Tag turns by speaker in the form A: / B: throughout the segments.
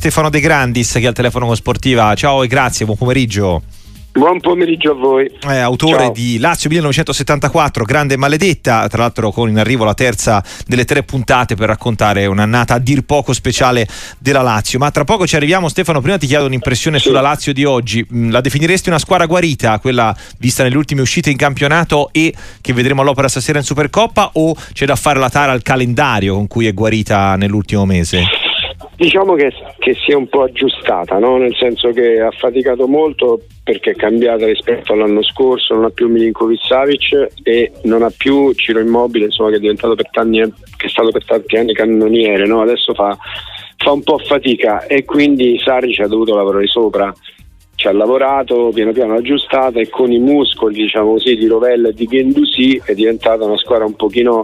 A: Stefano De Grandis, che è al telefono con Sportiva. Ciao e grazie, buon pomeriggio.
B: Buon pomeriggio a voi.
A: Autore
B: Ciao.
A: di Lazio 1974, Grande e Maledetta, tra l'altro con in arrivo la terza delle 3 puntate per raccontare un'annata a dir poco speciale della Lazio. Ma tra poco ci arriviamo, Stefano. Prima ti chiedo un'impressione sulla Lazio di oggi. La definiresti una squadra guarita, quella vista nelle ultime uscite in campionato e che vedremo all'opera stasera in Supercoppa, o c'è da fare la tara al calendario con cui è guarita nell'ultimo mese?
B: Diciamo che si è un po' aggiustata, no? Nel senso che ha faticato molto perché è cambiata rispetto all'anno scorso, non ha più Milinkovic-Savic e non ha più Ciro Immobile, insomma, che è stato per tanti anni cannoniere, no? Adesso fa un po' fatica e quindi Sarri ci ha dovuto lavorare sopra. Ci ha lavorato, piano piano aggiustata, e con i muscoli, diciamo così, di Rovella e di Guendouzi è diventata una squadra un pochino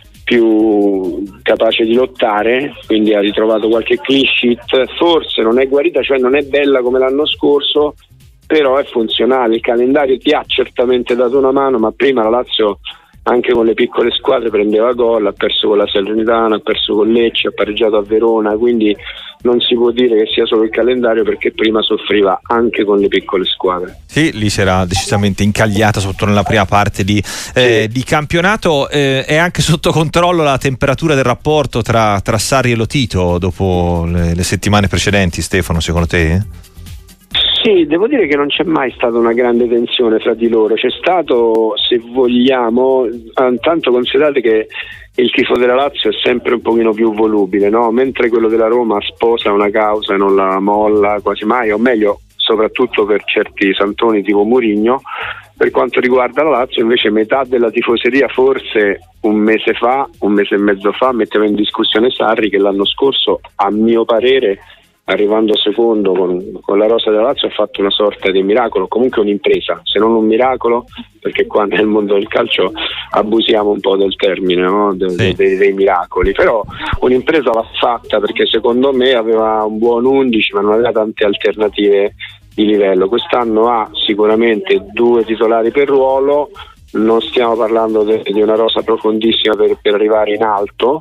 B: più capace di lottare, quindi ha ritrovato qualche clean sheet. Forse non è guarita, cioè non è bella come l'anno scorso, però è funzionale. Il calendario ti ha certamente dato una mano, ma prima la Lazio anche con le piccole squadre prendeva gol, ha perso con la Salernitana, ha perso con Lecce, ha pareggiato a Verona, quindi non si può dire che sia solo il calendario, perché prima soffriva anche con le piccole squadre.
A: Sì, lì si era decisamente incagliata, soprattutto nella prima parte di campionato. È anche sotto controllo la temperatura del rapporto tra Sarri e Lotito dopo le settimane precedenti, Stefano, secondo te?
B: Sì, devo dire che non c'è mai stata una grande tensione fra di loro. C'è stato, se vogliamo, tanto considerate che il tifo della Lazio è sempre un pochino più volubile, no? Mentre quello della Roma sposa una causa e non la molla quasi mai, o meglio, soprattutto per certi santoni tipo Mourinho. Per quanto riguarda la Lazio, invece, metà della tifoseria, forse un mese e mezzo fa, metteva in discussione Sarri, che l'anno scorso, a mio parere, arrivando secondo con la rosa della Lazio, ha fatto una sorta di miracolo, comunque un'impresa, se non un miracolo, perché qua nel mondo del calcio abusiamo un po' del termine, no? dei miracoli, però un'impresa l'ha fatta, perché secondo me aveva un buon 11 ma non aveva tante alternative di livello. Quest'anno ha sicuramente 2 titolari per ruolo, non stiamo parlando di una rosa profondissima per arrivare in alto,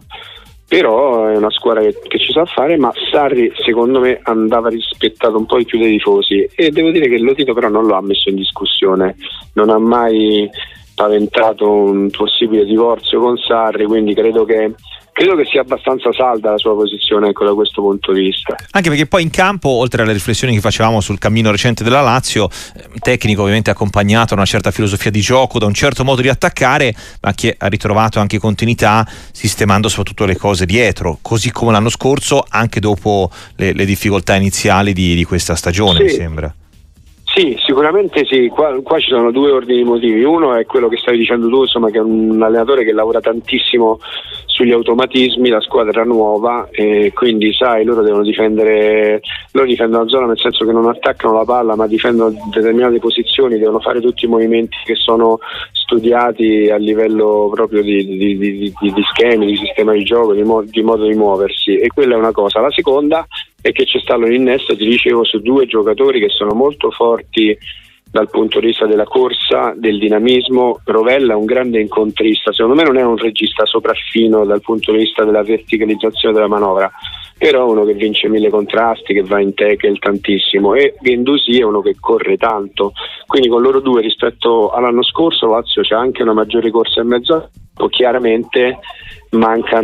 B: però è una squadra che ci sa fare, ma Sarri secondo me andava rispettato un po' di più dei tifosi, e devo dire che Lotito però non lo ha messo in discussione, non ha mai paventato un possibile divorzio con Sarri, quindi credo che sia abbastanza salda la sua posizione, ecco, da questo punto di vista.
A: Anche perché poi in campo, oltre alle riflessioni che facevamo sul cammino recente della Lazio, tecnico ovviamente accompagnato da una certa filosofia di gioco, da un certo modo di attaccare, ma che ha ritrovato anche continuità sistemando soprattutto le cose dietro, così come l'anno scorso, anche dopo le difficoltà iniziali di questa stagione, mi sembra.
B: Sì, sicuramente sì. Qua ci sono 2 ordini di motivi. Uno è quello che stavi dicendo tu, insomma, che è un allenatore che lavora tantissimo sugli automatismi, la squadra era nuova e quindi sai, loro difendono la zona, nel senso che non attaccano la palla ma difendono determinate posizioni, devono fare tutti i movimenti che sono studiati a livello proprio di schemi, di sistema di gioco, di modo di muoversi, e quella è una cosa. La seconda è che c'è stato l'innesto, ti dicevo, su 2 giocatori che sono molto forti dal punto di vista della corsa, del dinamismo. Rovella è un grande incontrista, secondo me non è un regista sopraffino dal punto di vista della verticalizzazione della manovra, però è uno che vince 1000 contrasti, che va in tackle tantissimo, e Guendouzi è uno che corre tanto, quindi con loro 2 rispetto all'anno scorso Lazio c'è anche una maggiore corsa in mezzo, chiaramente manca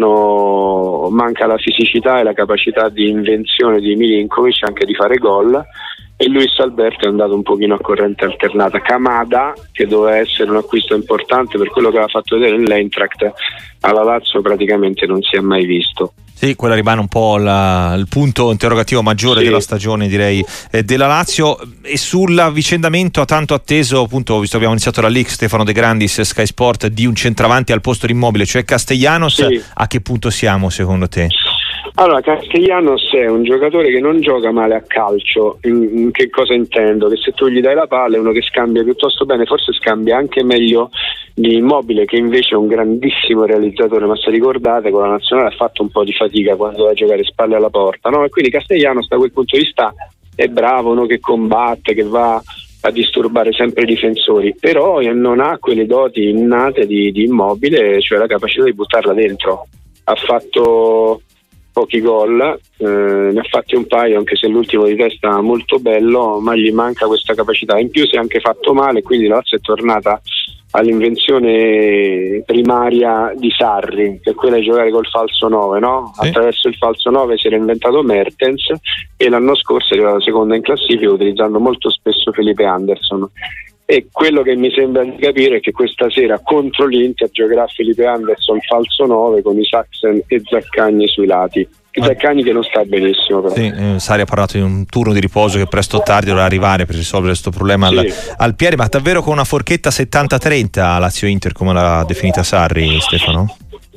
B: la fisicità e la capacità di invenzione di Milinkovic, anche di fare gol, e Luis Alberto è andato un pochino a corrente alternata. Kamada, che doveva essere un acquisto importante per quello che aveva fatto vedere nell'Eintracht, alla Lazio praticamente non si è mai visto.
A: Sì, quella rimane un po' il punto interrogativo maggiore della stagione, direi, della Lazio. E sull'avvicendamento tanto atteso, appunto, visto che abbiamo iniziato la leak, Stefano De Grandis, Sky Sport, di un centravanti al posto di Immobile, cioè Castellanos, a che punto siamo secondo te?
B: Allora, Castellanos è un giocatore che non gioca male a calcio. In che cosa intendo? Che se tu gli dai la palla è uno che scambia piuttosto bene, forse scambia anche meglio di Immobile, che invece è un grandissimo realizzatore, ma se ricordate con la nazionale ha fatto un po' di fatica quando doveva giocare spalle alla porta, no? E quindi Castellanos da quel punto di vista è bravo, uno che combatte, che va a disturbare sempre i difensori, però non ha quelle doti innate di Immobile, cioè la capacità di buttarla dentro. Ha fatto pochi gol, ne ha fatti un paio, anche se l'ultimo di testa molto bello, ma gli manca questa capacità. In più si è anche fatto male, quindi la Lazio è tornata all'invenzione primaria di Sarri, che è quella di giocare col falso 9, no? Sì. Attraverso il falso 9 si era inventato Mertens e l'anno scorso è arrivato seconda in classifica utilizzando molto spesso Felipe Anderson. E quello che mi sembra di capire è che questa sera contro l'Inter giocherà Felipe Anderson falso 9 con Isaacsen e Zaccagni sui lati. Zaccagni che non sta benissimo, però.
A: Sì, Sarri ha parlato di un turno di riposo che presto o tardi dovrà arrivare per risolvere questo problema al piede, ma davvero con una forchetta 70-30 Lazio-Inter, come l'ha definita Sarri, Stefano?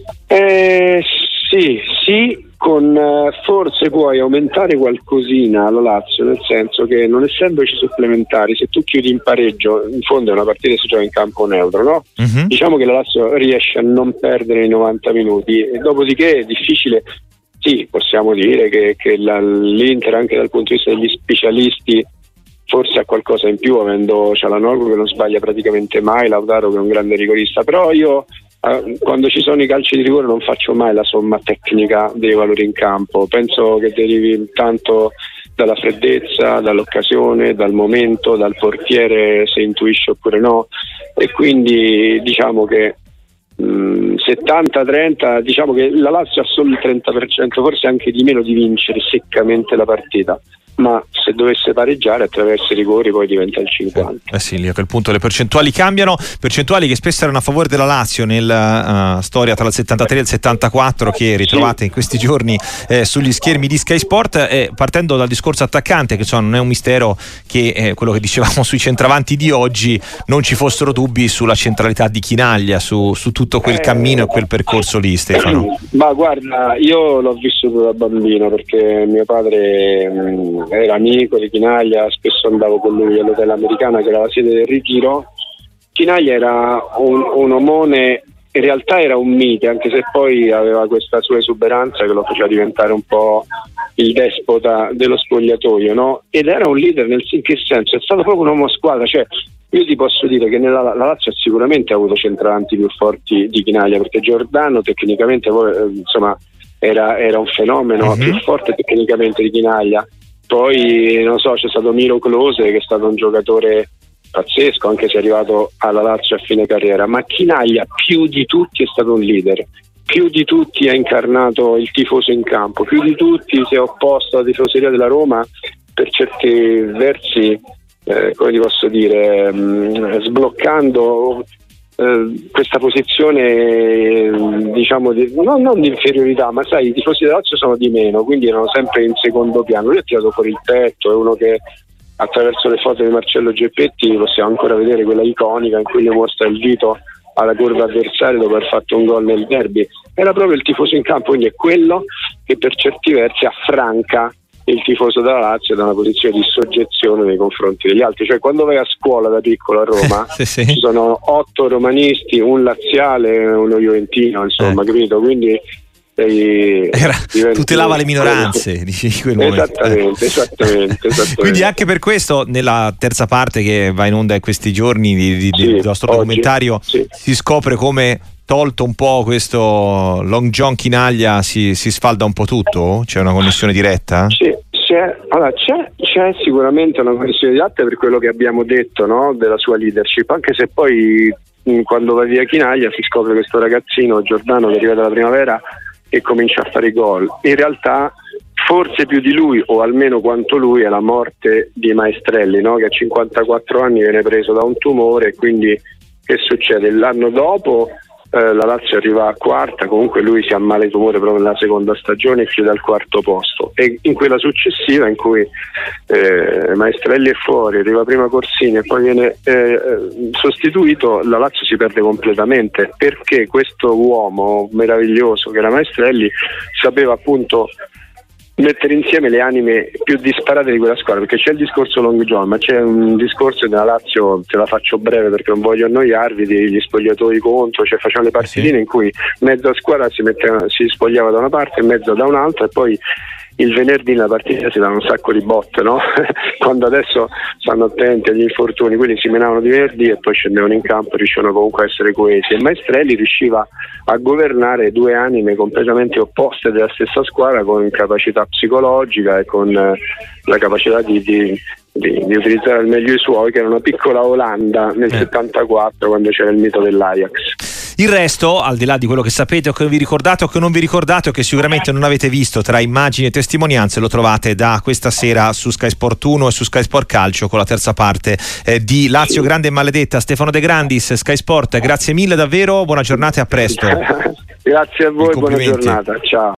B: Sì, con forse puoi aumentare qualcosina alla Lazio, nel senso che non essendoci supplementari, se tu chiudi in pareggio, in fondo è una partita che si gioca in campo neutro, no? Uh-huh. Diciamo che la Lazio riesce a non perdere i 90 minuti, e dopodiché è difficile. Sì, possiamo dire che l'Inter, anche dal punto di vista degli specialisti, forse ha qualcosa in più, avendo Cialanoglu che non sbaglia praticamente mai, Lautaro che è un grande rigorista, però io quando ci sono i calci di rigore non faccio mai la somma tecnica dei valori in campo, penso che derivi tanto dalla freddezza, dall'occasione, dal momento, dal portiere se intuisce oppure no, e quindi diciamo che 70-30, diciamo che la Lazio ha solo il 30%, forse anche di meno, di vincere seccamente la partita, ma se dovesse pareggiare attraverso i rigori poi diventa il 50.
A: Sì, lì a quel punto le percentuali cambiano, percentuali che spesso erano a favore della Lazio nella storia tra il 73 e il 74 che ritrovate in questi giorni sugli schermi di Sky Sport, partendo dal discorso attaccante, che insomma non è un mistero che quello che dicevamo sui centravanti di oggi non ci fossero dubbi sulla centralità di Chinaglia, su tutto quel cammino e quel percorso lì, Stefano.
B: Ma guarda, io l'ho vissuto da bambino perché mio padre era amico di Chinaglia, spesso andavo con lui all'hotel Americana, che era la sede del Rigiro. Chinaglia era un omone, in realtà era un mite, anche se poi aveva questa sua esuberanza che lo faceva diventare un po' il despota dello spogliatoio, no? Ed era un leader in che senso? È stato proprio un uomo squadra, cioè io ti posso dire che la Lazio ha sicuramente avuto centravanti più forti di Chinaglia, perché Giordano tecnicamente insomma era un fenomeno, più forte tecnicamente di Chinaglia. Poi non so, c'è stato Miro Klose che è stato un giocatore pazzesco, anche se è arrivato alla Lazio a fine carriera, ma Chinaglia più di tutti è stato un leader, più di tutti ha incarnato il tifoso in campo, più di tutti si è opposto alla tifoseria della Roma, per certi versi come ti posso dire, sbloccando questa posizione diciamo non di inferiorità, ma sai, i tifosi della Lazio sono di meno, quindi erano sempre in secondo piano. Lui ha tirato fuori il petto, è uno che attraverso le foto di Marcello Geppetti possiamo ancora vedere quella iconica in cui gli mostra il dito alla curva avversaria dopo aver fatto un gol nel derby. Era proprio il tifoso in campo, quindi è quello che per certi versi affranca il tifoso della Lazio da una posizione di soggezione nei confronti degli altri. Cioè, quando vai a scuola da piccolo a Roma sì. Ci sono 8 romanisti, un laziale e uno juventino, insomma, capito? Quindi
A: tutelava le minoranze, dici quel momento.
B: Esattamente.
A: Quindi anche per questo nella terza parte che va in onda in questi giorni del nostro documentario si scopre come, tolto un po' questo Long John Chinaglia, si sfalda un po' tutto? C'è una connessione diretta? C'è sicuramente una connessione diretta per quello che abbiamo detto, no? Della sua leadership, anche se poi quando va via Chinaglia si scopre questo ragazzino Giordano che arriva dalla primavera e comincia a fare i gol. In realtà forse più di lui, o almeno quanto lui, è la morte di Maestrelli, no? Che a 54 anni viene preso da un tumore, e quindi che succede? L'anno dopo la Lazio arriva a quarta, comunque lui si ammala di tumore proprio nella seconda stagione e chiude al quarto posto, e in quella successiva in cui Maestrelli è fuori, arriva prima Corsini e poi viene sostituito, la Lazio si perde completamente, perché questo uomo meraviglioso che era Maestrelli sapeva appunto mettere insieme le anime più disparate di quella squadra, perché c'è il discorso Long John, ma c'è un discorso della Lazio, te la faccio breve perché non voglio annoiarvi, degli spogliatoi contro, cioè facevano le partitine in cui mezza squadra si spogliava da una parte e mezza da un'altra, e poi
B: il venerdì la partita si danno un sacco di botte, no? Quando adesso stanno attenti agli infortuni, quelli si menavano di venerdì e poi scendevano in campo e riuscivano comunque a essere coesi, e Maestrelli riusciva a governare due anime completamente opposte della stessa squadra, con capacità psicologica e con la capacità di utilizzare al meglio i suoi, che era una piccola Olanda nel 74, quando c'era il mito dell'Ajax.
A: Il resto, al di là di quello che sapete o che vi ricordate o che non vi ricordate o che sicuramente non avete visto tra immagini e testimonianze, lo trovate da questa sera su Sky Sport 1 e su Sky Sport Calcio, con la terza parte di Lazio Grande e Maledetta. Stefano De Grandis, Sky Sport, grazie mille davvero, buona giornata e a presto.
B: Grazie a voi, buona giornata, ciao.